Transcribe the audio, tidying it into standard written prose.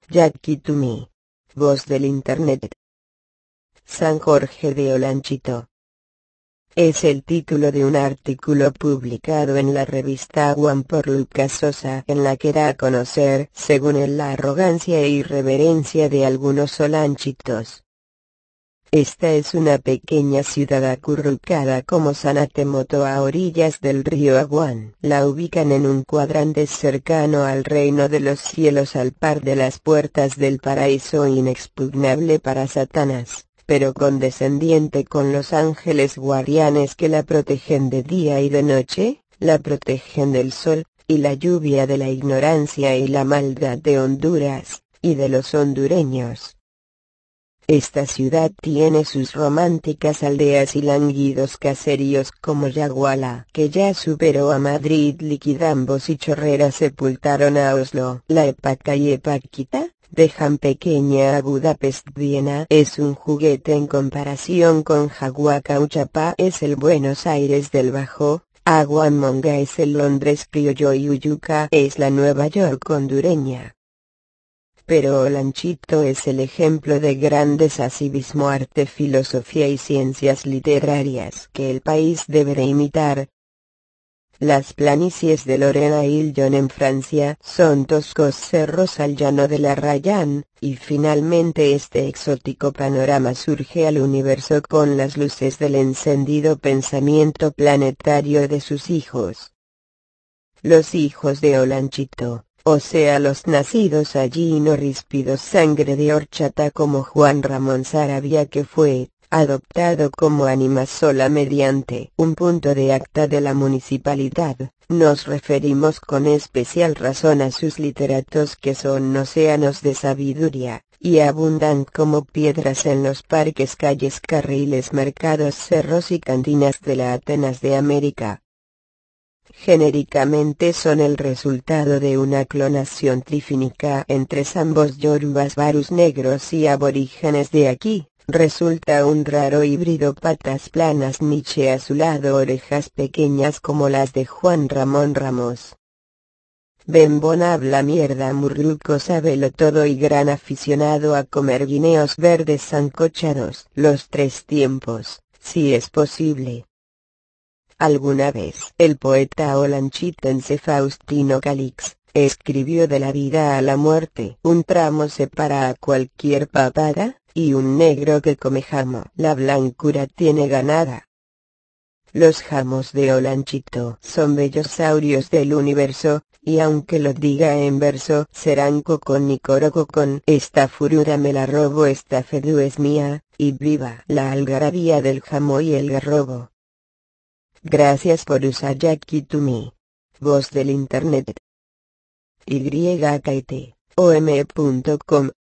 Jackie to me. Voz del Internet. San Jorge de Olanchito. Es el título de un artículo publicado en la revista One por Lucas Sosa, en la que da a conocer, según él, la arrogancia e irreverencia de algunos olanchitos. Esta es una pequeña ciudad acurrucada como Sanatemoto a orillas del río Aguán. La ubican en un cuadrante cercano al reino de los cielos, al par de las puertas del paraíso, inexpugnable para Satanás, pero condescendiente con los ángeles guardianes que la protegen de día y de noche, la protegen del sol, y la lluvia, de la ignorancia y la maldad de Honduras, y de los hondureños. Esta ciudad tiene sus románticas aldeas y lánguidos caseríos como Yaguala, que ya superó a Madrid, liquidambos y Chorrera sepultaron a Oslo. La Epaca y Epaquita dejan pequeña a Budapest. Viena es un juguete en comparación con Jaguaca. Uchapá es el Buenos Aires del Bajo, Aguamonga es el Londres criollo y Uyuca es la Nueva York hondureña. Pero Olanchito es el ejemplo de gran civismo, arte, filosofía y ciencias literarias que el país deberá imitar. Las planicies de Lorena-Illon en Francia son toscos cerros al llano de la Rayán, y finalmente este exótico panorama surge al universo con las luces del encendido pensamiento planetario de sus hijos. Los hijos de Olanchito, o sea los nacidos allí y no ríspidos sangre de horchata como Juan Ramón Saravia, que fue adoptado como ánima sola mediante un punto de acta de la municipalidad. Nos referimos con especial razón a sus literatos, que son océanos de sabiduría, y abundan como piedras en los parques, calles, carriles, mercados, cerros y cantinas de la Atenas de América. Genéricamente son el resultado de una clonación trifínica entre zambos, yorubas, barus negros y aborígenes de aquí. Resulta un raro híbrido: patas planas, niche azulado, orejas pequeñas como las de Juan Ramón Ramos. Bembón habla mierda, murruco sábelo todo y gran aficionado a comer guineos verdes sancochados. Los tres tiempos, si es posible. Alguna vez el poeta olanchitense Faustino Calix escribió: de la vida a la muerte un tramo separa a cualquier papada, y un negro que come jamo la blancura tiene ganada. Los jamos de Olanchito son bellosaurios del universo, y aunque lo diga en verso, serán cocón y corococón. Esta furura me la robo, esta fedú es mía, y viva la algarabía del jamo y el garrobo. Gracias por usar Jackie to me. Voz del Internet. YKT, OM.com